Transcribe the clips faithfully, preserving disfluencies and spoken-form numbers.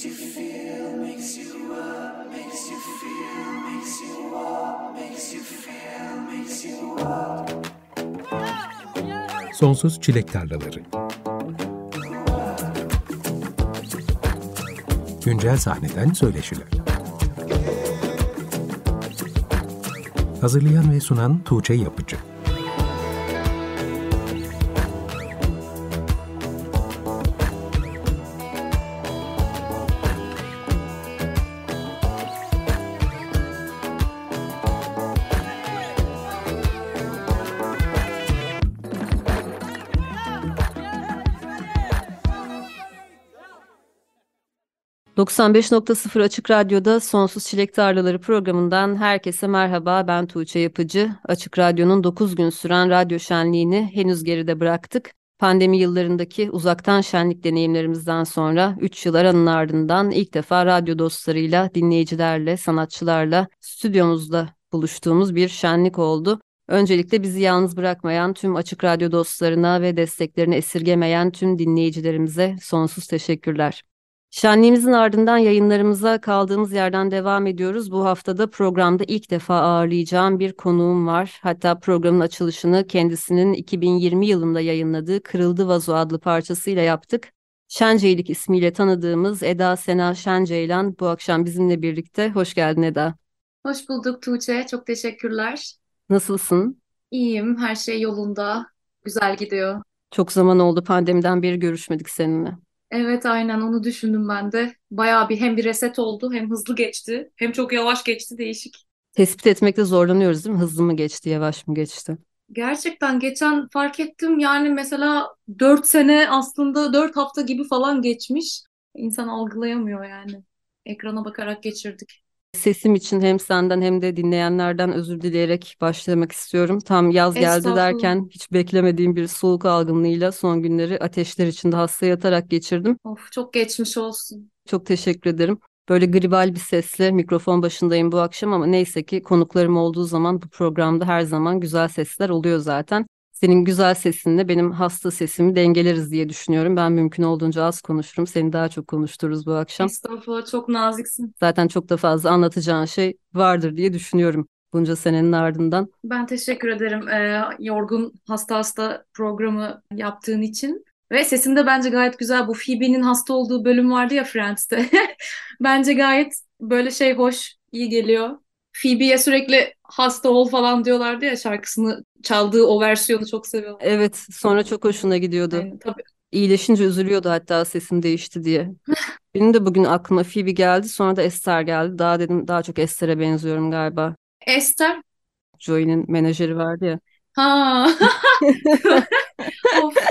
makes you feel, makes you up, makes you feel, makes you walk, makes you feel, makes you walk. Sonsuz Çilek Tarlaları. Güncel sahneden söyleşiler. Hazırlayan ve sunan Tuğçe Yapıcı. doksan beş nokta sıfır Açık Radyo'da Sonsuz Çilek Tarlaları programından herkese merhaba. Ben Tuğçe Yapıcı. Açık Radyo'nun dokuz gün süren radyo şenliğini henüz geride bıraktık. Pandemi yıllarındaki uzaktan şenlik deneyimlerimizden sonra üç yıl aranın ardından ilk defa radyo dostlarıyla, dinleyicilerle, sanatçılarla stüdyomuzda buluştuğumuz bir şenlik oldu. Öncelikle bizi yalnız bırakmayan tüm Açık Radyo dostlarına ve desteklerini esirgemeyen tüm dinleyicilerimize sonsuz teşekkürler. Şenliğimizin ardından yayınlarımıza kaldığımız yerden devam ediyoruz. Bu haftada programda ilk defa ağırlayacağım bir konuğum var. Hatta programın açılışını kendisinin iki bin yirmi yılında yayınladığı Kırıldı Vazo adlı parçasıyla yaptık. Şenceylik ismiyle tanıdığımız Eda Sena Şenceylan bu akşam bizimle birlikte. Hoş geldin Eda. Hoş bulduk Tuğçe. Çok teşekkürler. Nasılsın? İyiyim. Her şey yolunda. Güzel gidiyor. Çok zaman oldu, pandemiden beri görüşmedik seninle. Evet, aynen onu düşündüm ben de. Bayağı bir hem bir reset oldu, hem hızlı geçti, hem çok yavaş geçti, değişik. Tespit etmekte zorlanıyoruz değil mi? Hızlı mı geçti, yavaş mı geçti? Gerçekten geçen fark ettim, yani mesela dört sene aslında dört hafta gibi falan geçmiş. İnsan algılayamıyor yani. Ekrana bakarak geçirdik. Sesim için hem senden hem de dinleyenlerden özür dileyerek başlamak istiyorum. Tam yaz geldi Estağfurullah. derken hiç beklemediğim bir soğuk algınlığıyla son günleri ateşler içinde hasta yatarak geçirdim. Of, çok geçmiş olsun. Çok teşekkür ederim. Böyle gribal bir sesle mikrofon başındayım bu akşam ama neyse ki konuklarım olduğu zaman bu programda her zaman güzel sesler oluyor zaten. Senin güzel sesinle benim hasta sesimi dengeleriz diye düşünüyorum. Ben mümkün olduğunca az konuşurum. Seni daha çok konuştururuz bu akşam. Estağfurullah, çok naziksin. Zaten çok da fazla anlatacağın şey vardır diye düşünüyorum bunca senenin ardından. Ben teşekkür ederim ee, yorgun hasta hasta programı yaptığın için. Ve sesin de bence gayet güzel. Bu Phoebe'nin hasta olduğu bölüm vardı ya Friends'te. Bence gayet böyle şey hoş, iyi geliyor. Phoebe'ye sürekli hasta ol falan diyorlardı ya, şarkısını çaldığı o versiyonu çok seviyorum. Evet, sonra çok hoşuna gidiyordu. Yani tabii. İyileşince üzülüyordu hatta sesim değişti diye. Benim de bugün aklıma Phoebe geldi, sonra da Esther geldi. Daha dedim daha çok Esther'e benziyorum galiba. Esther. Joey'nin menajeri vardı ya. Ha. Of.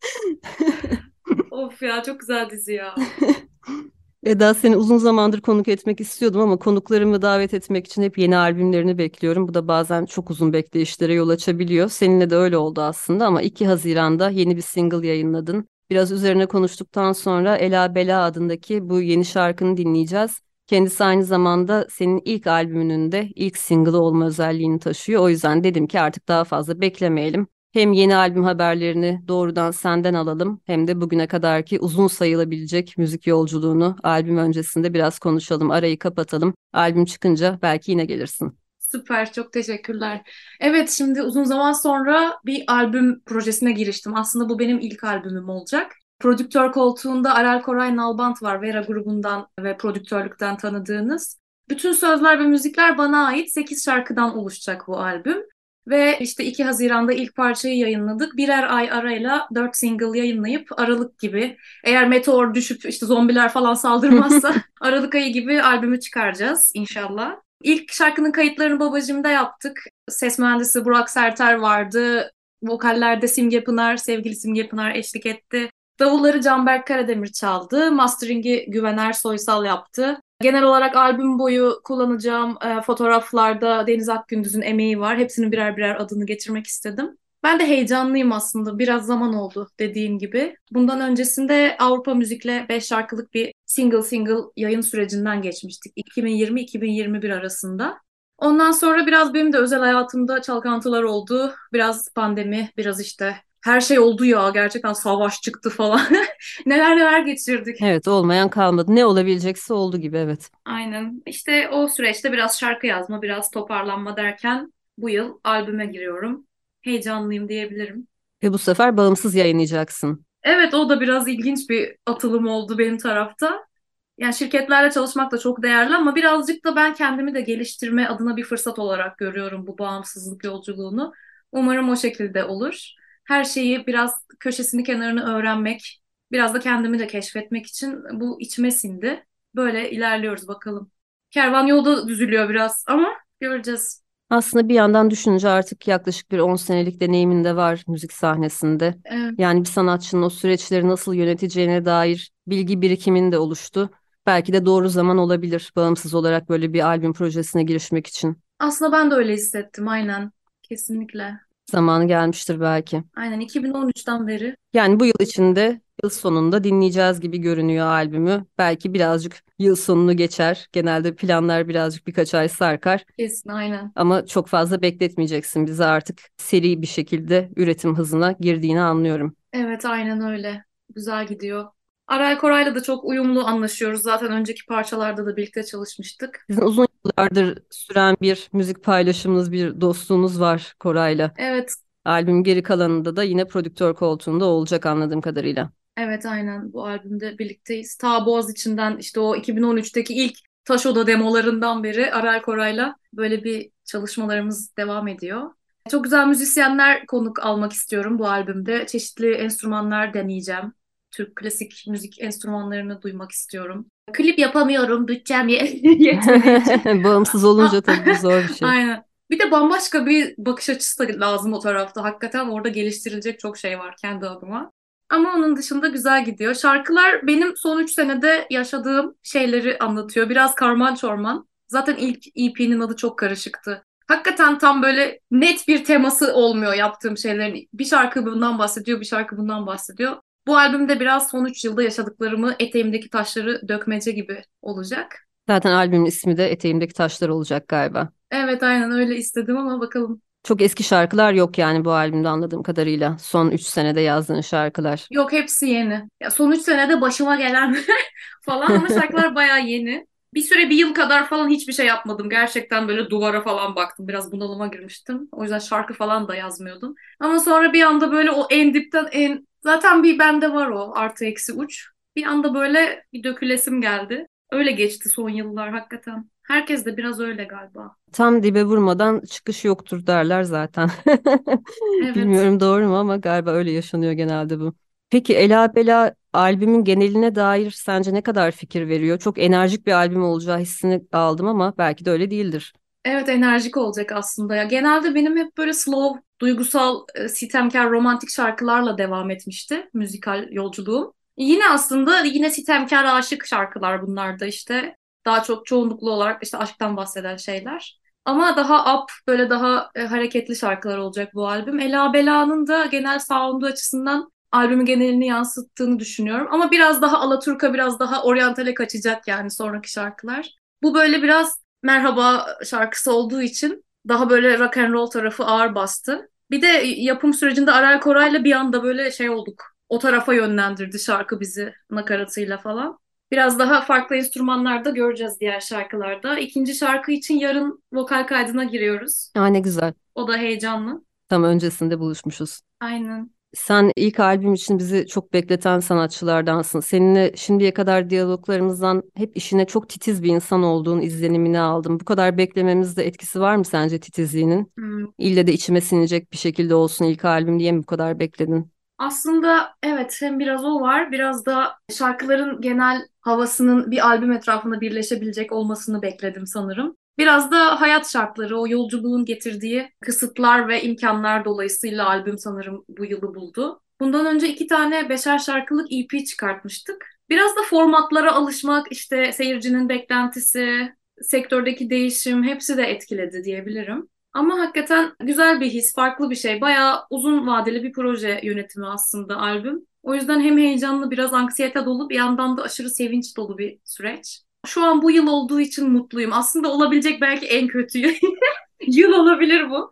Of ya, çok güzel dizi ya. Eda, seni uzun zamandır konuk etmek istiyordum ama konuklarımı davet etmek için hep yeni albümlerini bekliyorum. Bu da bazen çok uzun bekleyişlere yol açabiliyor. Seninle de öyle oldu aslında ama iki Haziran'da yeni bir single yayınladın. Biraz üzerine konuştuktan sonra Ela Bela adındaki bu yeni şarkını dinleyeceğiz. Kendisi aynı zamanda senin ilk albümünün de ilk single'ı olma özelliğini taşıyor. O yüzden dedim ki artık daha fazla beklemeyelim. Hem yeni albüm haberlerini doğrudan senden alalım hem de bugüne kadarki uzun sayılabilecek müzik yolculuğunu albüm öncesinde biraz konuşalım, arayı kapatalım. Albüm çıkınca belki yine gelirsin. Süper, çok teşekkürler. Evet, şimdi uzun zaman sonra bir albüm projesine giriştim. Aslında bu benim ilk albümüm olacak. Prodüktör koltuğunda Arel Koray Nalbant var, Vera grubundan ve prodüktörlükten tanıdığınız. Bütün sözler ve müzikler bana ait sekiz şarkıdan oluşacak bu albüm. Ve işte iki Haziran'da ilk parçayı yayınladık. Birer ay arayla dört single yayınlayıp Aralık gibi, eğer meteor düşüp işte zombiler falan saldırmazsa Aralık ayı gibi albümü çıkaracağız inşallah. İlk şarkının kayıtlarını Babacım'da yaptık. Ses mühendisi Burak Serter vardı. Vokallerde Simge Pınar, sevgili Simge Pınar eşlik etti. Davulları Canberk Karademir çaldı. Mastering'i Güvener Soysal yaptı. Genel olarak albüm boyu kullanacağım e, fotoğraflarda Deniz Akgündüz'ün emeği var. Hepsinin birer birer adını geçirmek istedim. Ben de heyecanlıyım aslında. Biraz zaman oldu dediğin gibi. Bundan öncesinde Avrupa Müzik'le beş şarkılık bir single single yayın sürecinden geçmiştik. iki bin yirmi iki bin yirmi bir arasında. Ondan sonra biraz benim de özel hayatımda çalkantılar oldu. Biraz pandemi, biraz işte her şey oldu ya, gerçekten savaş çıktı falan. Neler neler geçirdik. Evet, olmayan kalmadı. Ne olabilecekse oldu gibi, evet. Aynen. İşte o süreçte biraz şarkı yazma, biraz toparlanma derken bu yıl albüme giriyorum. Heyecanlıyım diyebilirim. Ve bu sefer bağımsız yayınlayacaksın. Evet, o da biraz ilginç bir atılım oldu benim tarafta. Yani şirketlerle çalışmak da çok değerli ama birazcık da ben kendimi de geliştirme adına bir fırsat olarak görüyorum bu bağımsızlık yolculuğunu. Umarım o şekilde olur. Her şeyi biraz köşesini kenarını öğrenmek, biraz da kendimi de keşfetmek için bu içime sindi. Böyle ilerliyoruz bakalım. Kervan yolda düzülüyor biraz ama göreceğiz. Aslında bir yandan düşününce artık yaklaşık bir on senelik deneyimin de var müzik sahnesinde. Evet. Yani bir sanatçının o süreçleri nasıl yöneteceğine dair bilgi birikimin de oluştu. Belki de doğru zaman olabilir bağımsız olarak böyle bir albüm projesine girişmek için. Aslında ben de öyle hissettim, aynen. Kesinlikle. Zamanı gelmiştir belki. Aynen, iki bin on üçten beri. Yani bu yıl içinde, yıl sonunda dinleyeceğiz gibi görünüyor albümü. Belki birazcık yıl sonunu geçer. Genelde planlar birazcık birkaç ay sarkar. Kesin, aynen. Ama çok fazla bekletmeyeceksin bizi, artık seri bir şekilde üretim hızına girdiğini anlıyorum. Evet, aynen öyle. Güzel gidiyor. Aray Koray'la da çok uyumlu anlaşıyoruz. Zaten önceki parçalarda da birlikte çalışmıştık. Sizin uzun yıllardır süren bir müzik paylaşımınız, bir dostluğunuz var Koray'la. Evet, Albüm geri kalanında da yine prodüktör koltuğunda olacak anladığım kadarıyla. evet, aynen, bu albümde birlikteyiz. Ta Boğaziçi'nden işte o iki bin on üçteki ilk Taş Oda demolarından beri Aray Koray'la böyle bir çalışmalarımız devam ediyor. Çok güzel müzisyenler konuk almak istiyorum bu albümde. Çeşitli enstrümanlar deneyeceğim. Türk klasik müzik enstrümanlarını duymak istiyorum. Klip yapamıyorum, bütçem ye- yetmediği için. Bağımsız olunca tabii bu zor bir şey. Aynen. Bir de bambaşka bir bakış açısı da lazım o tarafta. Hakikaten orada geliştirilecek çok şey var kendi adıma. Ama onun dışında güzel gidiyor. Şarkılar benim son üç senede yaşadığım şeyleri anlatıyor. Biraz karman çorman. Zaten ilk E P'nin adı çok karışıktı. Hakikaten tam böyle net bir teması olmuyor yaptığım şeylerin. Bir şarkı bundan bahsediyor, bir şarkı bundan bahsediyor. Bu albümde biraz son üç yılda yaşadıklarımı, eteğimdeki taşları dökmece gibi olacak. Zaten albümün ismi de Eteğimdeki Taşlar olacak galiba. Evet, aynen öyle istedim ama bakalım. Çok eski şarkılar yok yani bu albümde anladığım kadarıyla. Son üç senede yazdığın şarkılar. Yok, hepsi yeni. Ya son üç senede başıma gelen falan ama şarkılar bayağı yeni. Bir süre bir yıl kadar falan hiçbir şey yapmadım. Gerçekten böyle duvara falan baktım. Biraz bunalıma girmiştim. O yüzden şarkı falan da yazmıyordum. Ama sonra bir anda böyle o en dipten en... Zaten bir bende var o artı eksi uç. Bir anda böyle bir dökülesim geldi. Öyle geçti son yıllar hakikaten. Herkes de biraz öyle galiba. Tam dibe vurmadan çıkış yoktur derler zaten. Evet. Bilmiyorum doğru mu ama galiba öyle yaşanıyor genelde bu. Peki Ela Bela albümün geneline dair sence ne kadar fikir veriyor? Çok enerjik bir albüm olacağı hissini aldım ama belki de öyle değildir. Evet, enerjik olacak aslında ya. Genelde benim hep böyle slow, duygusal, e, sitemkar, romantik şarkılarla devam etmişti müzikal yolculuğum. Yine aslında yine sitemkar, aşık şarkılar bunlar da işte. Daha çok çoğunluklu olarak işte aşktan bahseden şeyler. Ama daha up, böyle daha e, hareketli şarkılar olacak bu albüm. Ela Bela'nın da genel sound'u açısından albümün genelini yansıttığını düşünüyorum. Ama biraz daha Alaturka, biraz daha oryantale kaçacak yani sonraki şarkılar. Bu böyle biraz Merhaba şarkısı olduğu için daha böyle rock and roll tarafı ağır bastı. Bir de yapım sürecinde Aral Koray'la bir anda böyle şey olduk. O tarafa yönlendirdi şarkı bizi nakaratıyla falan. Biraz daha farklı enstrümanlarda göreceğiz diğer şarkılarda. İkinci şarkı için yarın vokal kaydına giriyoruz. Aa, ne güzel. O da heyecanlı. Tam öncesinde buluşmuşuz. Aynen. Sen ilk albüm için bizi çok bekleten sanatçılardansın. Seninle şimdiye kadar diyaloglarımızdan hep işine çok titiz bir insan olduğun izlenimini aldım. Bu kadar beklememizde etkisi var mı sence titizliğinin? Hmm. İlle de içime sinecek bir şekilde olsun ilk albüm diye mi bu kadar bekledin? Aslında evet, hem biraz o var, biraz da şarkıların genel havasının bir albüm etrafında birleşebilecek olmasını bekledim sanırım. Biraz da hayat şartları, o yolculuğun getirdiği kısıtlar ve imkanlar dolayısıyla albüm sanırım bu yılı buldu. Bundan önce iki tane beşer şarkılık E P çıkartmıştık. Biraz da formatlara alışmak, işte seyircinin beklentisi, sektördeki değişim hepsi de etkiledi diyebilirim. Ama hakikaten güzel bir his, farklı bir şey. Bayağı uzun vadeli bir proje yönetimi aslında albüm. O yüzden hem heyecanlı, biraz anksiyete dolu, bir yandan da aşırı sevinç dolu bir süreç. Şu an bu yıl olduğu için mutluyum. Aslında olabilecek belki en kötü yıl olabilir bu.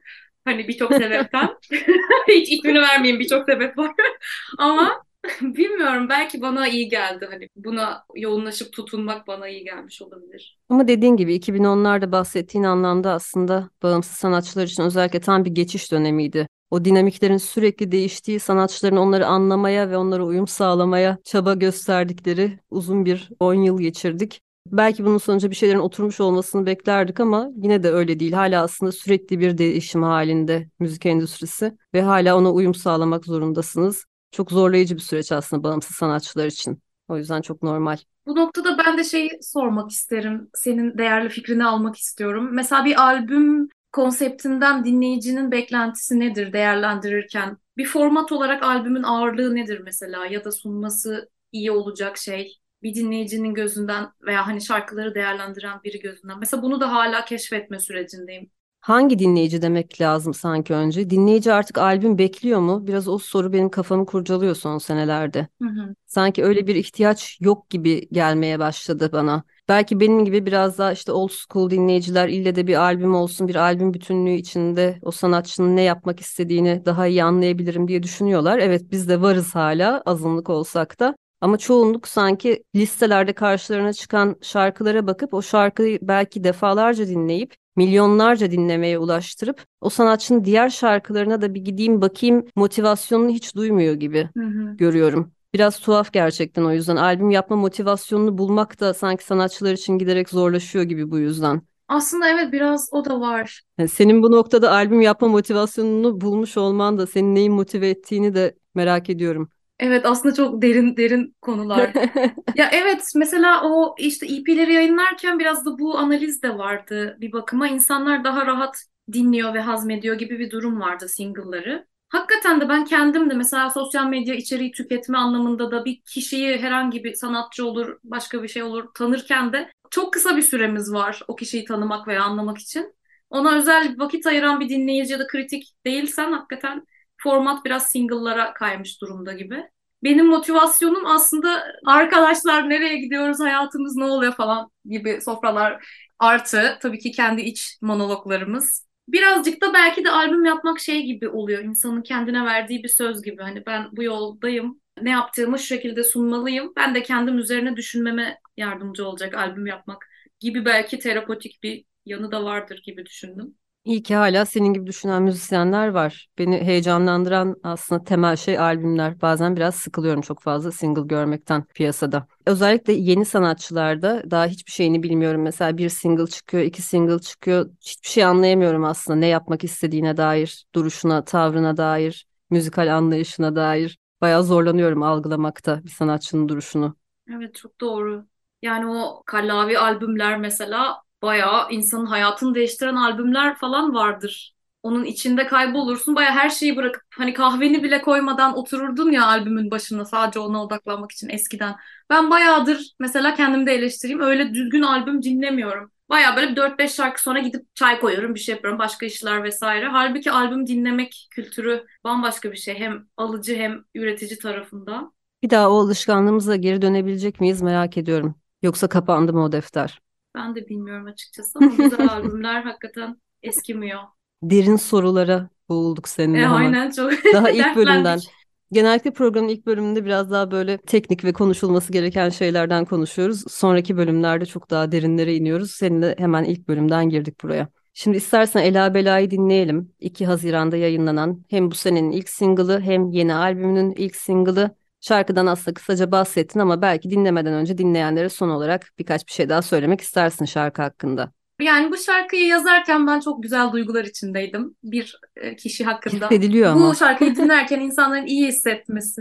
Hani birçok sebepten. Hiç ismini vermeyeyim, birçok sebep var. Ama bilmiyorum, belki bana iyi geldi. Hani buna yoğunlaşıp tutunmak bana iyi gelmiş olabilir. Ama dediğin gibi iki bin onlarda bahsettiğin anlamda aslında bağımsız sanatçılar için özellikle tam bir geçiş dönemiydi. O dinamiklerin sürekli değiştiği, sanatçıların onları anlamaya ve onlara uyum sağlamaya çaba gösterdikleri uzun bir on yıl geçirdik. Belki bunun sonucu bir şeylerin oturmuş olmasını beklerdik ama yine de öyle değil. Hala aslında sürekli bir değişim halinde müzik endüstrisi ve hala ona uyum sağlamak zorundasınız. Çok zorlayıcı bir süreç aslında bağımsız sanatçılar için. O yüzden çok normal. Bu noktada ben de şeyi sormak isterim. Senin değerli fikrini almak istiyorum. Mesela bir albüm konseptinden dinleyicinin beklentisi nedir değerlendirirken? Bir format olarak albümün ağırlığı nedir mesela? Ya da sunması iyi olacak şey? Bir dinleyicinin gözünden veya hani şarkıları değerlendiren biri gözünden. Mesela bunu da hala keşfetme sürecindeyim. Hangi dinleyici demek lazım sanki önce? Dinleyici artık albüm bekliyor mu? Biraz o soru benim kafamı kurcalıyor son senelerde. Hı hı. Sanki öyle bir ihtiyaç yok gibi gelmeye başladı bana. Belki benim gibi biraz daha işte old school dinleyiciler ille de bir albüm olsun, bir albüm bütünlüğü içinde o sanatçının ne yapmak istediğini daha iyi anlayabilirim diye düşünüyorlar. Evet biz de varız hala azınlık olsak da. Ama çoğunluk sanki listelerde karşılarına çıkan şarkılara bakıp o şarkıyı belki defalarca dinleyip milyonlarca dinlemeye ulaştırıp o sanatçının diğer şarkılarına da bir gideyim bakayım motivasyonunu hiç duymuyor gibi Hı hı. görüyorum. Biraz tuhaf gerçekten o yüzden. Albüm yapma motivasyonunu bulmak da sanki sanatçılar için giderek zorlaşıyor gibi bu yüzden. Aslında evet, biraz o da var. Yani senin bu noktada albüm yapma motivasyonunu bulmuş olman da senin neyin motive ettiğini de merak ediyorum. Evet, aslında çok derin derin konular. Ya evet, mesela o işte E P'leri yayınlarken biraz da bu analiz de vardı bir bakıma. İnsanlar daha rahat dinliyor ve hazmediyor gibi bir durum vardı single'ları. Hakikaten de ben kendim de mesela sosyal medya içeriği tüketme anlamında da bir kişiyi, herhangi bir sanatçı olur, başka bir şey olur, tanırken de çok kısa bir süremiz var o kişiyi tanımak veya anlamak için. Ona özel vakit ayıran bir dinleyici ya da kritik değilsen hakikaten format biraz single'lara kaymış durumda gibi. Benim motivasyonum aslında arkadaşlar nereye gidiyoruz, hayatımız ne oluyor falan gibi sofralar, artı tabii ki kendi iç monologlarımız. Birazcık da belki de albüm yapmak şey gibi oluyor. İnsanın kendine verdiği bir söz gibi. Hani ben bu yoldayım. Ne yaptığımı şu şekilde sunmalıyım. Ben de kendim üzerine düşünmeme yardımcı olacak albüm yapmak gibi, belki terapötik bir yanı da vardır gibi düşündüm. İyi ki hala senin gibi düşünen müzisyenler var. Beni heyecanlandıran aslında temel şey albümler. Bazen biraz sıkılıyorum çok fazla single görmekten piyasada. Özellikle yeni sanatçılarda daha hiçbir şeyini bilmiyorum. Mesela bir single çıkıyor, iki single çıkıyor. Hiçbir şey anlayamıyorum aslında ne yapmak istediğine dair, duruşuna, tavrına dair, müzikal anlayışına dair. Bayağı zorlanıyorum algılamakta bir sanatçının duruşunu. Evet, çok doğru. Yani o kallavi albümler mesela bayağı insanın hayatını değiştiren albümler falan vardır. Onun içinde kaybolursun. Bayağı her şeyi bırakıp hani kahveni bile koymadan otururdun ya albümün başında sadece ona odaklanmak için eskiden. Ben bayağıdır mesela kendimi de eleştireyim. Öyle düzgün albüm dinlemiyorum. Bayağı böyle dört beş şarkı sonra gidip çay koyuyorum, bir şey yapıyorum, başka işler vesaire. Halbuki albüm dinlemek kültürü bambaşka bir şey. Hem alıcı hem üretici tarafından. Bir daha o alışkanlığımıza geri dönebilecek miyiz merak ediyorum. Yoksa kapandı mı o defter? Ben de bilmiyorum açıkçası ama güzel albümler hakikaten eskimiyor. Derin sorulara boğulduk E seninle hemen. aynen, çok Daha ilk bölümden. dertlendik. Genellikle programın ilk bölümünde biraz daha böyle teknik ve konuşulması gereken şeylerden konuşuyoruz. Sonraki bölümlerde çok daha derinlere iniyoruz. Seninle hemen ilk bölümden girdik buraya. Şimdi istersen Ela Bela'yı dinleyelim. iki Haziran'da yayınlanan hem bu senenin ilk single'ı hem yeni albümünün ilk single'ı. Şarkıdan aslında kısaca bahsettin ama belki dinlemeden önce dinleyenlere son olarak birkaç bir şey daha söylemek istersin şarkı hakkında. Yani bu şarkıyı yazarken ben çok güzel duygular içindeydim. Bir e, kişi hakkında. Hissediliyor Bu ama. şarkıyı dinlerken insanların iyi hissetmesini,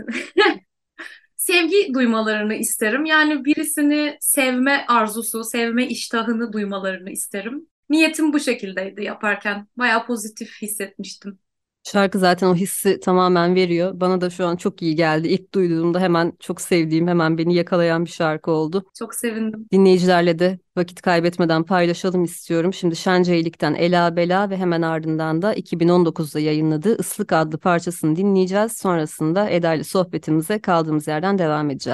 sevgi duymalarını isterim. Yani birisini sevme arzusu, sevme iştahını duymalarını isterim. Niyetim bu şekildeydi yaparken. Bayağı pozitif hissetmiştim. Şarkı zaten o hissi tamamen veriyor. Bana da şu an çok iyi geldi. İlk duyduğumda hemen çok sevdiğim, hemen beni yakalayan bir şarkı oldu. Çok sevindim. Dinleyicilerle de vakit kaybetmeden paylaşalım istiyorum. Şimdi Şenceylik'ten Ela Bela ve hemen ardından da iki bin on dokuzda yayınladığı Islık adlı parçasını dinleyeceğiz. Sonrasında Eda ile sohbetimize kaldığımız yerden devam edeceğiz.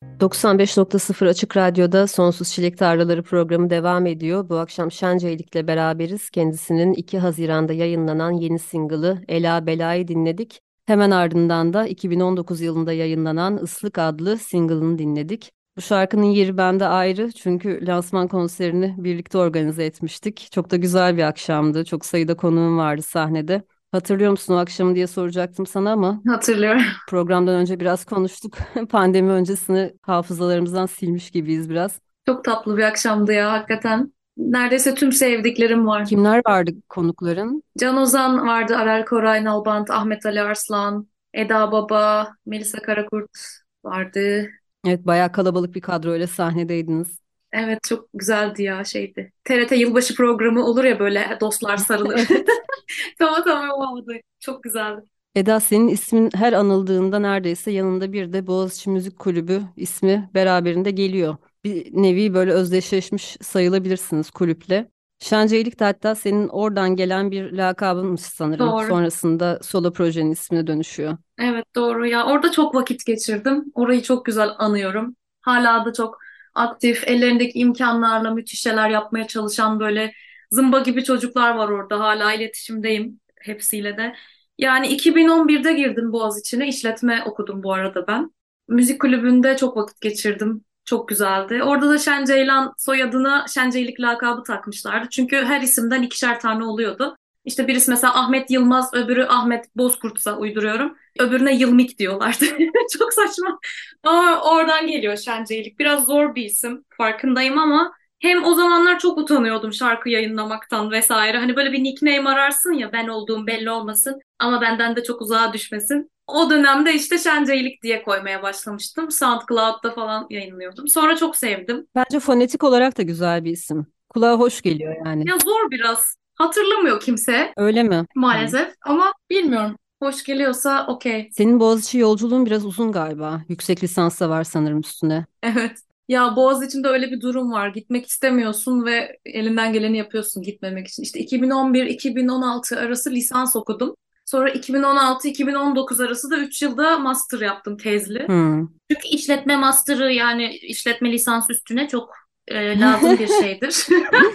doksan beş nokta sıfır Açık Radyo'da Sonsuz Çilek Tarlaları programı devam ediyor. Bu akşam Şenceylik'le beraberiz. Kendisinin iki Haziran'da yayınlanan yeni single'ı Ela Bela'yı dinledik. Hemen ardından da iki bin on dokuz yılında yayınlanan Islık adlı single'ını dinledik. Bu şarkının yeri bende ayrı çünkü lansman konserini birlikte organize etmiştik. Çok da güzel bir akşamdı. Çok sayıda konuğum vardı sahnede. Hatırlıyor musun o akşamı diye soracaktım sana ama Hatırlıyorum. programdan önce biraz konuştuk. Pandemi öncesini hafızalarımızdan silmiş gibiyiz biraz. Çok tatlı bir akşamdı ya hakikaten. Neredeyse tüm sevdiklerim var. Kimler vardı konukların? Can Ozan vardı, Arel Koray, Nalbant, Ahmet Ali Arslan, Eda Baba, Melisa Karakurt vardı. Evet, bayağı kalabalık bir kadroyla sahnedeydiniz. Evet, çok güzeldi ya, şeydi. T R T yılbaşı programı olur ya, böyle dostlar sarılır. Evet. Tamam tamam, o oldu. Çok güzeldi. Eda, senin ismin her anıldığında neredeyse yanında bir de Boğaziçi Müzik Kulübü ismi beraberinde geliyor. Bir nevi böyle özdeşleşmiş sayılabilirsiniz kulüple. Şancayılık da hatta senin oradan gelen bir lakabınmış sanırım. Doğru. Sonrasında solo projenin ismine dönüşüyor. Evet, doğru ya. Orada çok vakit geçirdim. Orayı çok güzel anıyorum. Hala da çok aktif, ellerindeki imkanlarla müthiş şeyler yapmaya çalışan böyle zımba gibi çocuklar var orada. Hala iletişimdeyim hepsiyle de. Yani iki bin on birde girdim Boğaziçi'ne. İşletme okudum bu arada ben. Müzik kulübünde çok vakit geçirdim. Çok güzeldi. Orada da Şen Ceylan soyadına Şenceylik lakabı takmışlardı. Çünkü her isimden ikişer tane oluyordu. İşte birisi mesela Ahmet Yılmaz, öbürü Ahmet Bozkurt'sa uyduruyorum. Öbürüne Yılmik diyorlardı. Çok saçma. Ama oradan geliyor Şenceylik. Biraz zor bir isim, farkındayım ama hem o zamanlar çok utanıyordum şarkı yayınlamaktan vesaire. Hani böyle bir nickname ararsın ya, ben olduğum belli olmasın ama benden de çok uzağa düşmesin. O dönemde işte Şenceylik diye koymaya başlamıştım. SoundCloud'da falan yayınlıyordum. Sonra çok sevdim. Bence fonetik olarak da güzel bir isim. Kulağa hoş geliyor yani. Ya zor biraz. Hatırlamıyor kimse Öyle mi? Hmm. maalesef ama bilmiyorum. Hoş geliyorsa okey. Senin Boğaziçi yolculuğun biraz uzun galiba. Yüksek lisans da var sanırım üstüne. Evet. Ya Boğaziçi'nde öyle bir durum var. Gitmek istemiyorsun ve elinden geleni yapıyorsun gitmemek için. İşte iki bin on bir-iki bin on altı arası lisans okudum. Sonra iki bin on altı-iki bin on dokuz arası da üç yılda master yaptım, tezli. Hmm. Çünkü işletme master'ı, yani işletme lisans üstüne çok e, lazım bir şeydir.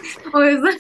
O yüzden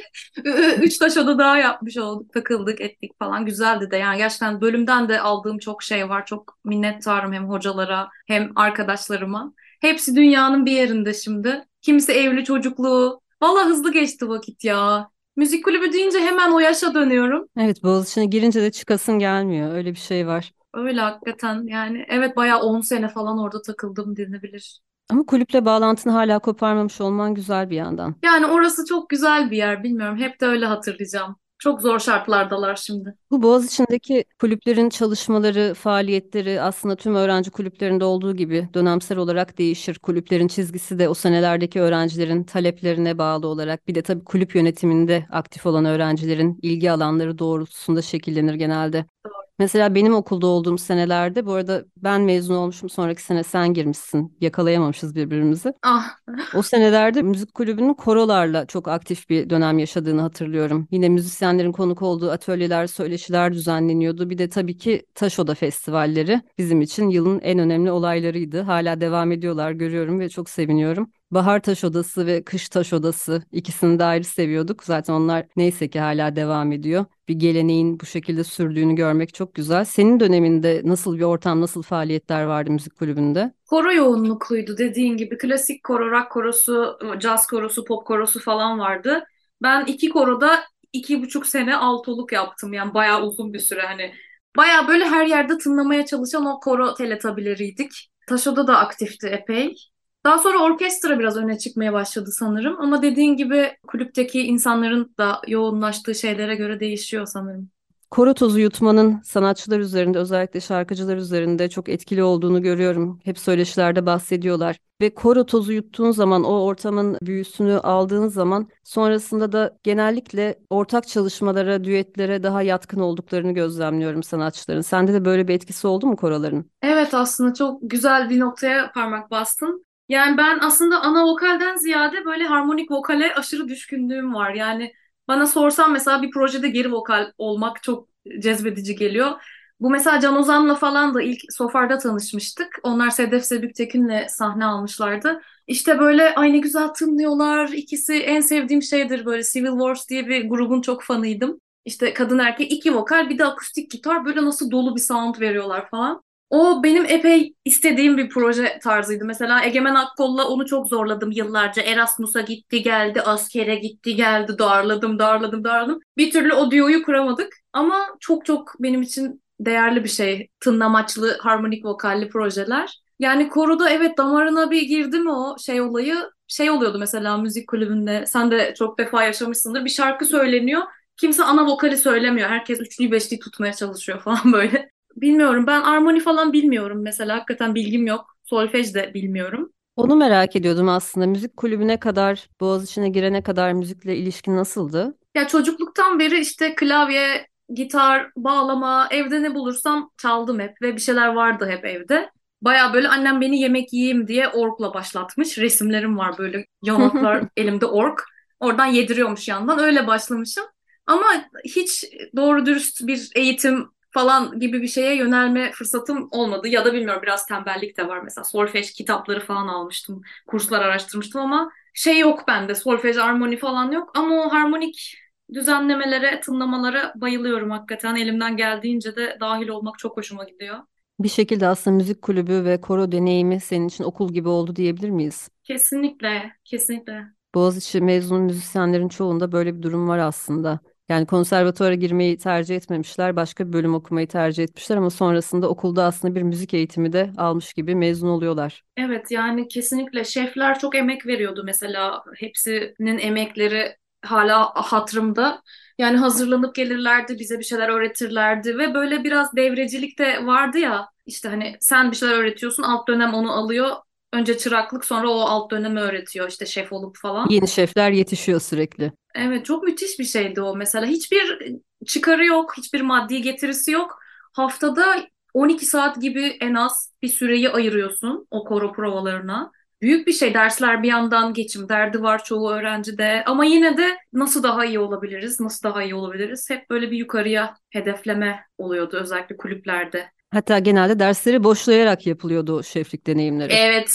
üç taş oda daha yapmış olduk, takıldık ettik falan, güzeldi de. Yani gerçekten bölümden de aldığım çok şey var. Çok minnettarım hem hocalara hem arkadaşlarıma. Hepsi dünyanın bir yerinde şimdi. Kimisi evli, çocuklu. Valla hızlı geçti vakit ya. Müzik kulübü deyince hemen o yaşa dönüyorum. Evet, Boğaziçi'ne girince de çıkasın gelmiyor. Öyle bir şey var. Öyle hakikaten, yani evet, bayağı on sene falan orada takıldım denilebilir. Ama kulüple bağlantını hala koparmamış olman güzel bir yandan. Yani orası çok güzel bir yer, bilmiyorum. Hep de öyle hatırlayacağım. Çok zor şartlardalar şimdi. Bu Boğaziçi'ndeki kulüplerin çalışmaları, faaliyetleri aslında tüm öğrenci kulüplerinde olduğu gibi dönemsel olarak değişir. Kulüplerin çizgisi de o senelerdeki öğrencilerin taleplerine bağlı olarak bir de tabii kulüp yönetiminde aktif olan öğrencilerin ilgi alanları doğrultusunda şekillenir genelde. Mesela benim okulda olduğum senelerde, bu arada ben mezun olmuşum, sonraki sene sen girmişsin. Yakalayamamışız birbirimizi. Ah, O senelerde müzik kulübünün korolarla çok aktif bir dönem yaşadığını hatırlıyorum. Yine müzisyenlerin konuk olduğu atölyeler, söyleşiler düzenleniyordu. Bir de tabii ki Taşoda festivalleri bizim için yılın en önemli olaylarıydı. Hala devam ediyorlar, görüyorum ve çok seviniyorum. Bahar Taş Odası ve Kış Taş Odası, ikisini de ayrı seviyorduk. Zaten onlar neyse ki hala devam ediyor. Bir geleneğin bu şekilde sürdüğünü görmek çok güzel. Senin döneminde nasıl bir ortam, nasıl faaliyetler vardı müzik kulübünde? koro yoğunlukluydu dediğin gibi. Klasik koro, rock korosu, caz korosu, pop korosu falan vardı. Ben iki koroda iki buçuk sene altoluk yaptım. Yani bayağı uzun bir süre, hani. Bayağı böyle her yerde tınlamaya çalışan o koro teletabileriydik. Taşo'da da aktifti epey. Daha sonra orkestra biraz öne çıkmaya başladı sanırım. Ama dediğin gibi kulüpteki insanların da yoğunlaştığı şeylere göre değişiyor sanırım. Koro tozu yutmanın sanatçılar üzerinde, özellikle şarkıcılar üzerinde çok etkili olduğunu görüyorum. Hep söyleşilerde bahsediyorlar. Ve koro tozu yuttuğun zaman, o ortamın büyüsünü aldığın zaman sonrasında da genellikle ortak çalışmalara, düetlere daha yatkın olduklarını gözlemliyorum sanatçıların. Sende de böyle bir etkisi oldu mu koroların? Evet, aslında çok güzel bir noktaya parmak bastın. Yani ben aslında ana vokalden ziyade böyle harmonik vokale aşırı düşkünlüğüm var. Yani bana sorsan mesela bir projede geri vokal olmak çok cezbedici geliyor. Bu mesela Can Ozan'la falan da ilk Sofar'da tanışmıştık. Onlar Sedef Sebüktekin'le sahne almışlardı. İşte böyle ay ne güzel tınlıyorlar. İkisi en sevdiğim şeydir, böyle Civil Wars diye bir grubun çok fanıydım. İşte kadın erkek iki vokal bir de akustik gitar, böyle nasıl dolu bir sound veriyorlar falan. O benim epey istediğim bir proje tarzıydı. Mesela Egemen Akkol'la onu çok zorladım yıllarca. Erasmus'a gitti geldi, askere gitti geldi, darladım darladım darladım. Bir türlü o duoyu kuramadık. Ama çok çok benim için değerli bir şey. Tınlamaçlı, harmonik vokalli projeler. Yani koroda evet damarına bir girdi mi o şey olayı, şey oluyordu mesela müzik kulübünde. Sen de çok defa yaşamışsındır. Bir şarkı söyleniyor. Kimse ana vokali söylemiyor. Herkes üçlüyü beşliği tutmaya çalışıyor falan böyle. Bilmiyorum. Ben armoni falan bilmiyorum mesela. Hakikaten bilgim yok. Solfej de bilmiyorum. Onu merak ediyordum aslında. Müzik kulübüne kadar, Boğaziçi'ne girene kadar müzikle ilişkin nasıldı? Ya çocukluktan beri işte klavye, gitar, bağlama, evde ne bulursam çaldım hep ve bir şeyler vardı hep evde. Baya böyle annem beni yemek yiyeyim diye orgla başlatmış. Resimlerim var böyle, yanaklar elimde org. Oradan yediriyormuş yandan. Öyle başlamışım. Ama hiç doğru dürüst bir eğitim falan gibi bir şeye yönelme fırsatım olmadı. Ya da bilmiyorum, biraz tembellik de var. Mesela solfej kitapları falan almıştım. Kurslar araştırmıştım ama şey yok bende. Solfej, armoni falan yok. Ama o harmonik düzenlemelere, tınlamalara bayılıyorum hakikaten. Elimden geldiğince de dahil olmak çok hoşuma gidiyor. Bir şekilde aslında müzik kulübü ve koro deneyimi senin için okul gibi oldu diyebilir miyiz? Kesinlikle, kesinlikle. Boğaziçi mezunu müzisyenlerin çoğunda böyle bir durum var aslında. Yani konservatuvara girmeyi tercih etmemişler, başka bir bölüm okumayı tercih etmişler ama sonrasında okulda aslında bir müzik eğitimi de almış gibi mezun oluyorlar. Evet, yani kesinlikle şefler çok emek veriyordu mesela. Hepsinin emekleri hala hatırımda. Yani hazırlanıp gelirlerdi, bize bir şeyler öğretirlerdi ve böyle biraz devrecilik de vardı ya. İşte hani sen bir şeyler öğretiyorsun, alt dönem onu alıyor. Önce çıraklık, sonra o alt dönemi öğretiyor işte şef olup falan. Yeni şefler yetişiyor sürekli. Evet, çok müthiş bir şeydi o mesela. Hiçbir çıkarı yok, hiçbir maddi getirisi yok. Haftada on iki saat gibi en az bir süreyi ayırıyorsun o koro provalarına. Büyük bir şey. Dersler bir yandan, geçim derdi var çoğu öğrencide. Ama yine de nasıl daha iyi olabiliriz, nasıl daha iyi olabiliriz? Hep böyle bir yukarıya hedefleme oluyordu özellikle kulüplerde. Hatta genelde dersleri boşlayarak yapılıyordu o şeflik deneyimleri. Evet.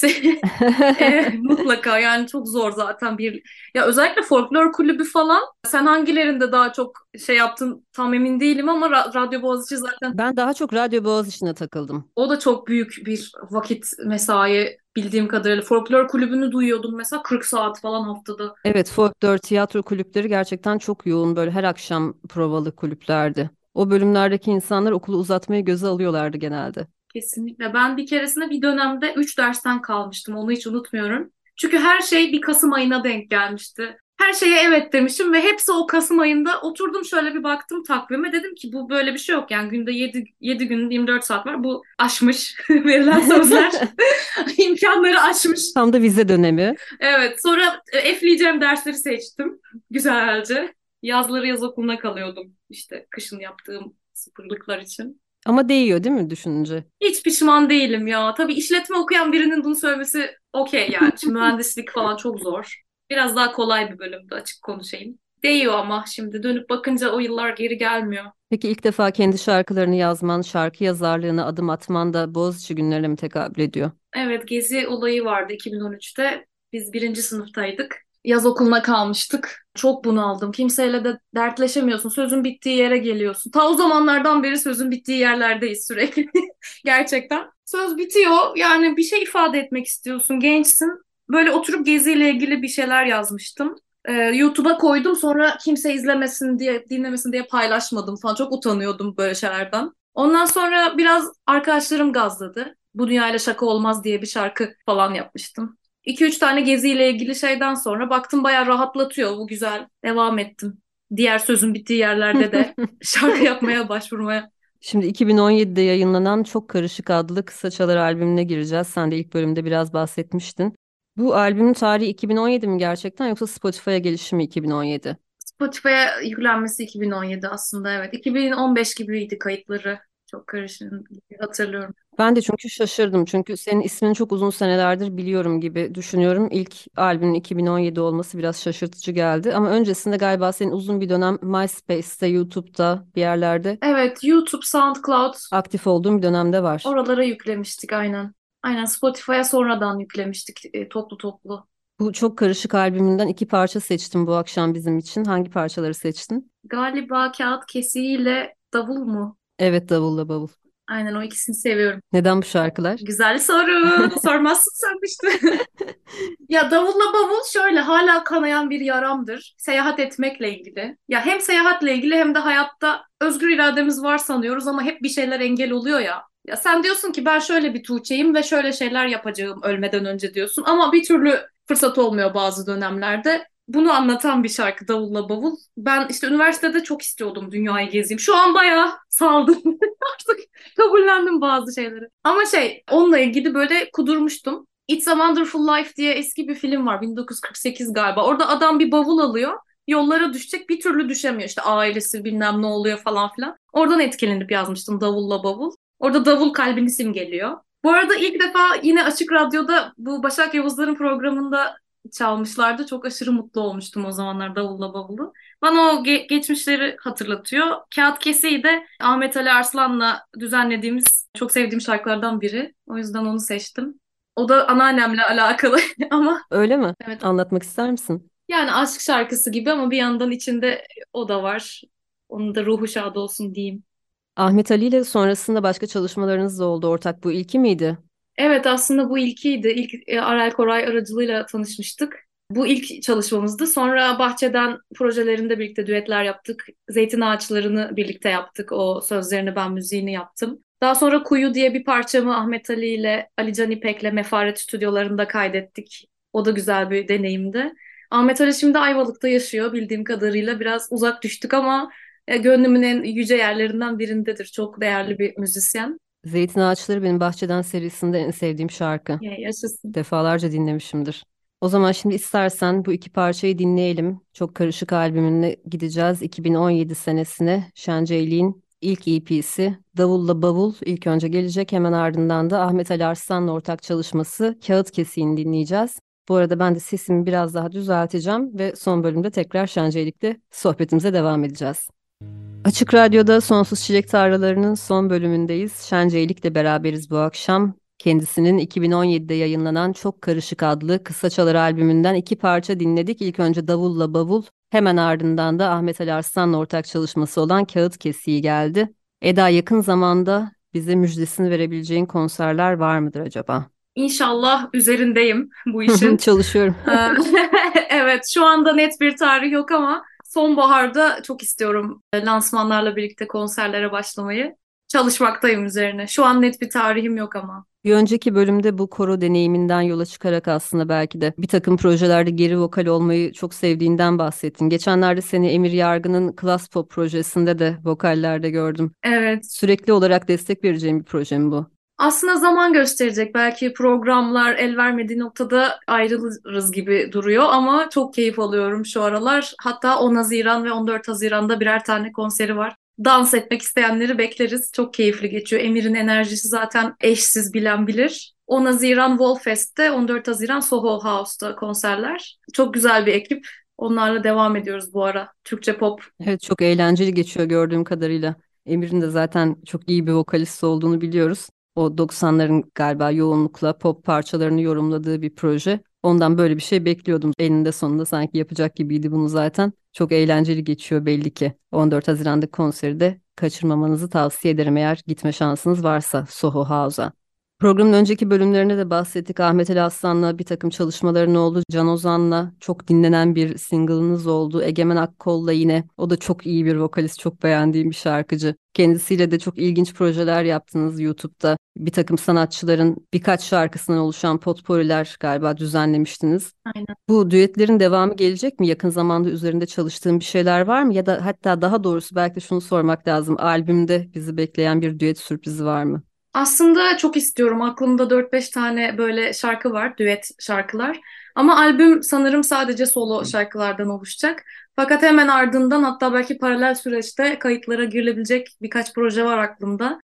Evet, mutlaka yani çok zor zaten bir, ya özellikle folklor kulübü falan, sen hangilerinde daha çok şey yaptın tam emin değilim ama Ra- Radyo Boğaziçi zaten, Ben daha çok Radyo Boğaziçi'ne takıldım. o da çok büyük bir vakit mesai bildiğim kadarıyla. Folklor kulübünü duyuyordum mesela kırk saat falan haftada. Evet, folklor tiyatro kulüpleri gerçekten çok yoğun, böyle her akşam provalı kulüplerdi. O bölümlerdeki insanlar okulu uzatmayı göze alıyorlardı genelde. Kesinlikle. Ben bir keresinde bir dönemde üç dersten kalmıştım. Onu hiç unutmuyorum. Çünkü her şey bir Kasım ayına denk gelmişti. Her şeye evet demişim ve hepsi o Kasım ayında. Oturdum şöyle bir baktım takvime. Dedim ki bu böyle bir şey yok. Yani günde yedi yedi gün yirmi dört saat var. Bu aşmış. Verilen sözler imkanları aşmış. Tam da vize dönemi. Evet. Sonra e, efleyeceğim dersleri seçtim. Güzelce. Yazları yaz okuluna kalıyordum. İşte kışın yaptığım sıfırlıklar için. Ama değiyor değil mi düşününce? Hiç pişman değilim ya. Tabii işletme okuyan birinin bunu söylemesi okey yani. Şimdi mühendislik falan çok zor. Biraz daha kolay bir bölümde, açık konuşayım. Değiyor ama şimdi dönüp bakınca o yıllar geri gelmiyor. Peki ilk defa kendi şarkılarını yazman, şarkı yazarlığına adım atman da Boğaziçi günlerine mi tekabül ediyor? Evet, gezi olayı vardı iki bin on üçte. Biz birinci sınıftaydık. Yaz okuluna kalmıştık. Çok bunaldım. Kimseyle de dertleşemiyorsun. Sözün bittiği yere geliyorsun. Ta o zamanlardan beri sözün bittiği yerlerdeyiz sürekli. Gerçekten. Söz bitiyor. Yani bir şey ifade etmek istiyorsun. Gençsin. Böyle oturup geziyle ilgili bir şeyler yazmıştım. Ee, YouTube'a koydum. Sonra kimse izlemesin diye, dinlemesin diye paylaşmadım falan. Çok utanıyordum böyle şeylerden. Ondan sonra biraz arkadaşlarım gazladı. Bu dünyayla şaka olmaz diye bir şarkı falan yapmıştım. iki üç tane geziyle ilgili şeyden sonra baktım bayağı rahatlatıyor. Bu güzel. Devam ettim. Diğer sözün bittiği yerlerde de şarkı yapmaya başvurmaya. Şimdi iki bin on yedide yayınlanan Çok Karışık adlı Kısa Çalar albümüne gireceğiz. Sen de ilk bölümde biraz bahsetmiştin. Bu albümün tarihi iki bin on yedi mi gerçekten yoksa Spotify'a gelişi mi iki bin on yedi? Spotify'a yüklenmesi iki bin on yedi aslında, evet. iki bin on beş gibiydi kayıtları. Çok karışık gibi hatırlıyorum. Ben de çünkü şaşırdım. Çünkü senin ismini çok uzun senelerdir biliyorum gibi düşünüyorum. İlk albümün iki bin on yedi olması biraz şaşırtıcı geldi. Ama öncesinde galiba senin uzun bir dönem MySpace'te, YouTube'da bir yerlerde Evet, YouTube, SoundCloud aktif olduğum bir dönemde var. oralara yüklemiştik aynen. Aynen Spotify'a sonradan yüklemiştik e, toplu toplu. Bu çok karışık albümünden iki parça seçtim bu akşam bizim için. Hangi parçaları seçtin? Galiba Kağıt Kesiğiyle Davul mu? Evet, Davulla Bavul. Aynen o ikisini seviyorum. Neden bu şarkılar? Güzel soru. Sormazsın sen işte. Ya Davulla Bavul şöyle hala kanayan bir yaramdır. Seyahat etmekle ilgili. Ya hem seyahatle ilgili hem de hayatta özgür irademiz var sanıyoruz ama hep bir şeyler engel oluyor ya. Ya sen diyorsun ki ben şöyle bir Tuğçe'yim ve şöyle şeyler yapacağım ölmeden önce diyorsun ama bir türlü fırsat olmuyor bazı dönemlerde. Bunu anlatan bir şarkı Davulla Bavul. Ben işte üniversitede çok istiyordum dünyayı gezeyim. Şu an bayağı saldım. Artık kabullendim bazı şeyleri. Ama şey onunla ilgili böyle kudurmuştum. It's a Wonderful Life diye eski bir film var. bin dokuz yüz kırk sekiz galiba. Orada adam bir bavul alıyor. Yollara düşecek bir türlü düşemiyor. İşte ailesi bilmem ne oluyor falan filan. Oradan etkilenip yazmıştım Davulla Bavul. Orada davul kalbini simgeliyor. Bu arada ilk defa yine Açık Radyo'da bu Başak Yavuzlar'ın programında çalmışlardı. Çok aşırı mutlu olmuştum o zamanlar Davulla Bavul'u. Bana o ge- geçmişleri hatırlatıyor. Kağıt Kese'yi de Ahmet Ali Arslan'la düzenlediğimiz çok sevdiğim şarkılardan biri. O yüzden onu seçtim. O da anneannemle alakalı ama Öyle mi? evet. Anlatmak ister misin? Yani aşk şarkısı gibi ama bir yandan içinde o da var. Onun da ruhu şad olsun diyeyim. Ahmet Ali ile sonrasında başka çalışmalarınız da oldu ortak. Bu ilki miydi? Evet aslında bu ilkiydi. İlk e, Arel Koray aracılığıyla tanışmıştık. Bu ilk çalışmamızdı. Sonra Bahçeden projelerinde birlikte düetler yaptık. Zeytin Ağaçları'nı birlikte yaptık. O sözlerini ben müziğini yaptım. Daha sonra Kuyu diye bir parçamı Ahmet Ali ile Ali Can İpek'le Mefaret stüdyolarında kaydettik. O da güzel bir deneyimdi. Ahmet Ali şimdi Ayvalık'ta yaşıyor bildiğim kadarıyla. Biraz uzak düştük ama e, gönlümün en yüce yerlerinden birindedir. Çok değerli bir müzisyen. Zeytin Ağaçları benim Bahçeden serisinde en sevdiğim şarkı. Ya, yaşasın. Defalarca dinlemişimdir. O zaman şimdi istersen bu iki parçayı dinleyelim. Çok Karışık albümüne gideceğiz. iki bin on yedi senesine Şenceyli'nin ilk E P'si Davulla Bavul ilk önce gelecek. Hemen ardından da Ahmet Ali Arslan'la ortak çalışması Kağıt Kesiğini dinleyeceğiz. Bu arada ben de sesimi biraz daha düzelteceğim ve son bölümde tekrar Şenceylik'te sohbetimize devam edeceğiz. Açık Radyo'da Sonsuz Çilek Tarlaları'nın son bölümündeyiz. Şenceylik'le beraberiz bu akşam. Kendisinin iki bin on yedide yayınlanan Çok Karışık adlı Kısa Çalar albümünden iki parça dinledik. İlk önce Davulla Bavul, hemen ardından da Ahmet Ali Arslan'la ortak çalışması olan Kağıt Kesiği geldi. Eda, yakın zamanda bize müjdesini verebileceğin konserler var mıdır acaba? İnşallah üzerindeyim bu işin. Çalışıyorum. Ee, Evet, şu anda net bir tarih yok ama sonbaharda çok istiyorum e, lansmanlarla birlikte konserlere başlamayı. Çalışmaktayım üzerine. Şu an net bir tarihim yok ama. Bir önceki bölümde bu koro deneyiminden yola çıkarak aslında belki de bir takım projelerde geri vokal olmayı çok sevdiğinden bahsettin. Geçenlerde seni Emir Yargı'nın Class Pop projesinde de vokallerde gördüm. Evet. Sürekli olarak destek vereceğim bir proje mi bu? Aslında zaman gösterecek. Belki programlar el vermediği noktada ayrılırız gibi duruyor ama çok keyif alıyorum şu aralar. Hatta on Haziran ve on dört Haziran'da birer tane konseri var. Dans etmek isteyenleri bekleriz. Çok keyifli geçiyor. Emir'in enerjisi zaten eşsiz bilen bilir. on Haziran Wallfest'te, on dört Haziran Soho House'ta konserler. Çok güzel bir ekip. Onlarla devam ediyoruz bu ara. Türkçe pop. Evet, çok eğlenceli geçiyor gördüğüm kadarıyla. Emir'in de zaten çok iyi bir vokalist olduğunu biliyoruz. O doksanların galiba yoğunlukla pop parçalarını yorumladığı bir proje. Ondan böyle bir şey bekliyordum. Eninde sonunda sanki yapacak gibiydi bunu zaten. Çok eğlenceli geçiyor belli ki. on dört Haziran'da konseri de kaçırmamanızı tavsiye ederim eğer gitme şansınız varsa Soho House'a. Programın önceki bölümlerinde de bahsettik. Ahmet Ali Aslan'la bir takım çalışmaların oldu. Can Ozan'la çok dinlenen bir single'ınız oldu. Egemen Akkol'la yine. O da çok iyi bir vokalist, çok beğendiğim bir şarkıcı. Kendisiyle de çok ilginç projeler yaptınız YouTube'da. Bir takım sanatçıların birkaç şarkısından oluşan potpourriler galiba düzenlemiştiniz. Aynen. Bu düetlerin devamı gelecek mi? Yakın zamanda üzerinde çalıştığın bir şeyler var mı? Ya da hatta daha doğrusu belki de şunu sormak lazım. Albümde bizi bekleyen bir düet sürprizi var mı? Aslında çok istiyorum. Aklımda dört beş tane böyle şarkı var, düet şarkılar. Ama albüm sanırım sadece solo şarkılardan oluşacak. Fakat hemen ardından hatta belki paralel süreçte kayıtlara girilebilecek birkaç proje var aklımda.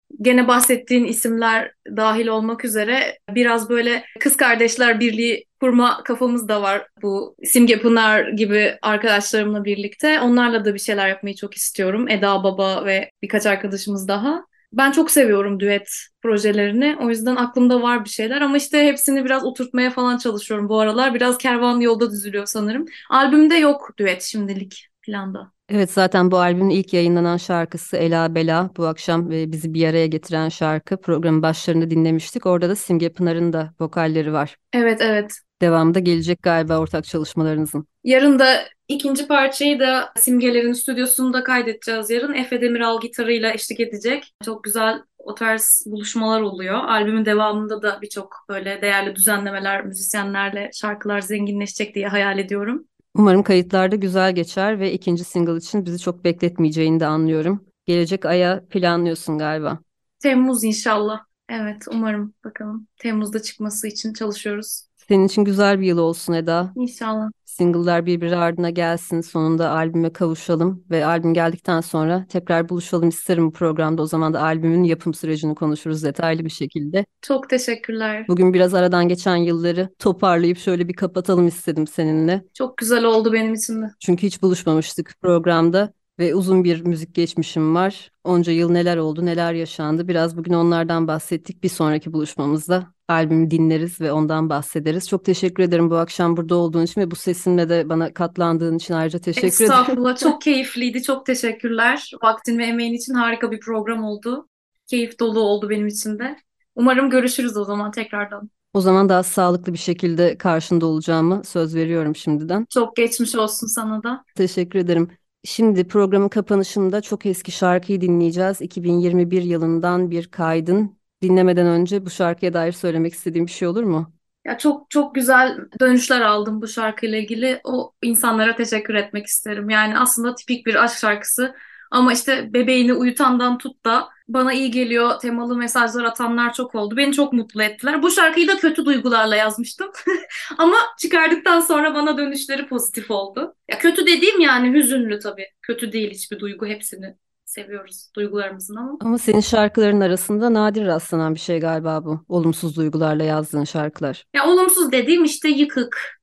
Gene bahsettiğin isimler dahil olmak üzere biraz böyle kız kardeşler birliği kurma kafamız da var bu Simge Pınar gibi arkadaşlarımla birlikte. Onlarla da bir şeyler yapmayı çok istiyorum. Eda Baba ve birkaç arkadaşımız daha. Ben çok seviyorum düet projelerini. O yüzden aklımda var bir şeyler ama işte hepsini biraz oturtmaya falan çalışıyorum bu aralar. Biraz kervan yolda düzülüyor sanırım. Albümde yok düet şimdilik planda. Evet, zaten bu albümün ilk yayınlanan şarkısı Ela Bela. Bu akşam e, bizi bir araya getiren şarkı. Programın başlarında dinlemiştik. Orada da Simge Pınar'ın da vokalleri var. Evet, evet. Devamında gelecek galiba ortak çalışmalarınızın. Yarın da ikinci parçayı da Simgelerin stüdyosunda kaydedeceğiz yarın. Efe Demiral gitarıyla eşlik edecek. Çok güzel o tarz buluşmalar oluyor. Albümün devamında da birçok böyle değerli düzenlemeler, müzisyenlerle şarkılar zenginleşecek diye hayal ediyorum. Umarım kayıtlarda güzel geçer ve ikinci single için bizi çok bekletmeyeceğini de anlıyorum. Gelecek aya planlıyorsun galiba. Temmuz inşallah. Evet, umarım bakalım. Temmuz'da çıkması için çalışıyoruz. Senin için güzel bir yıl olsun Eda. İnşallah. Single'lar birbiri ardına gelsin. Sonunda albüme kavuşalım ve albüm geldikten sonra tekrar buluşalım isterim bu programda. O zaman da albümün yapım sürecini konuşuruz detaylı bir şekilde. Çok teşekkürler. Bugün biraz aradan geçen yılları toparlayıp şöyle bir kapatalım istedim seninle. Çok güzel oldu benim için de. Çünkü hiç buluşmamıştık programda ve uzun bir müzik geçmişim var. Onca yıl neler oldu, neler yaşandı. Biraz bugün onlardan bahsettik. Bir sonraki buluşmamızda albümü dinleriz ve ondan bahsederiz. Çok teşekkür ederim bu akşam burada olduğun için ve bu sesinle de bana katlandığın için ayrıca teşekkür ederim. Estağfurullah. Çok keyifliydi. Çok teşekkürler. Vaktin ve emeğin için harika bir program oldu. Keyif dolu oldu benim için de. Umarım görüşürüz o zaman tekrardan. O zaman daha sağlıklı bir şekilde karşında olacağımı söz veriyorum şimdiden. Çok geçmiş olsun sana da. Teşekkür ederim. Şimdi programın kapanışında çok eski şarkıyı dinleyeceğiz. iki bin yirmi bir yılından bir kaydın. Dinlemeden önce bu şarkıya dair söylemek istediğim bir şey olur mu? Ya çok çok güzel dönüşler aldım bu şarkıyla ilgili. O insanlara teşekkür etmek isterim. Yani aslında tipik bir aşk şarkısı. Ama işte bebeğini uyutandan tut da bana iyi geliyor temalı mesajlar atanlar çok oldu. Beni çok mutlu ettiler. Bu şarkıyı da kötü duygularla yazmıştım. Ama çıkardıktan sonra bana dönüşleri pozitif oldu. Ya kötü dediğim yani hüzünlü tabii. Kötü değil hiçbir duygu. Hepsini seviyoruz duygularımızın ama. Ama senin şarkıların arasında nadir rastlanan bir şey galiba bu. Olumsuz duygularla yazdığın şarkılar. Ya olumsuz dediğim işte yıkık.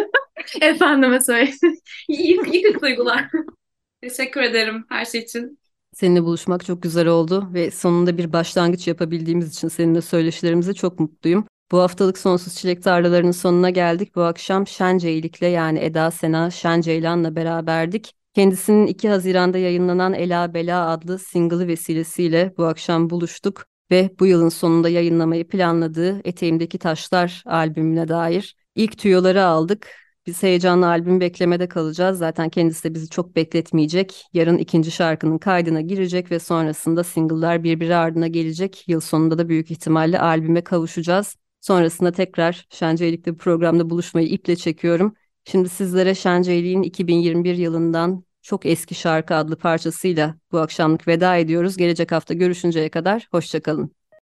Efendime söyleyeyim. Yık, yıkık duygular. Teşekkür ederim her şey için. Seninle buluşmak çok güzel oldu ve sonunda bir başlangıç yapabildiğimiz için seninle söyleşilerimize çok mutluyum. Bu haftalık Sonsuz Çilek Tarlalarının sonuna geldik. Bu akşam Şenceylik'le yani Eda Sena Şenceylan'la beraberdik. Kendisinin iki Haziran'da yayınlanan Ela Bela adlı single'ı vesilesiyle bu akşam buluştuk ve bu yılın sonunda yayınlamayı planladığı Eteğimdeki Taşlar albümüne dair ilk tüyoları aldık. Biz heyecanlı albüm beklemede kalacağız. Zaten kendisi de bizi çok bekletmeyecek. Yarın ikinci şarkının kaydına girecek ve sonrasında single'lar birbiri ardına gelecek. Yıl sonunda da büyük ihtimalle albüme kavuşacağız. Sonrasında tekrar Şenceylik'te bir programda buluşmayı iple çekiyorum. Şimdi sizlere Şenceylik'in iki bin yirmi bir yılından Çok Eski Şarkı adlı parçasıyla bu akşamlık veda ediyoruz. Gelecek hafta görüşünceye kadar hoşça kalın.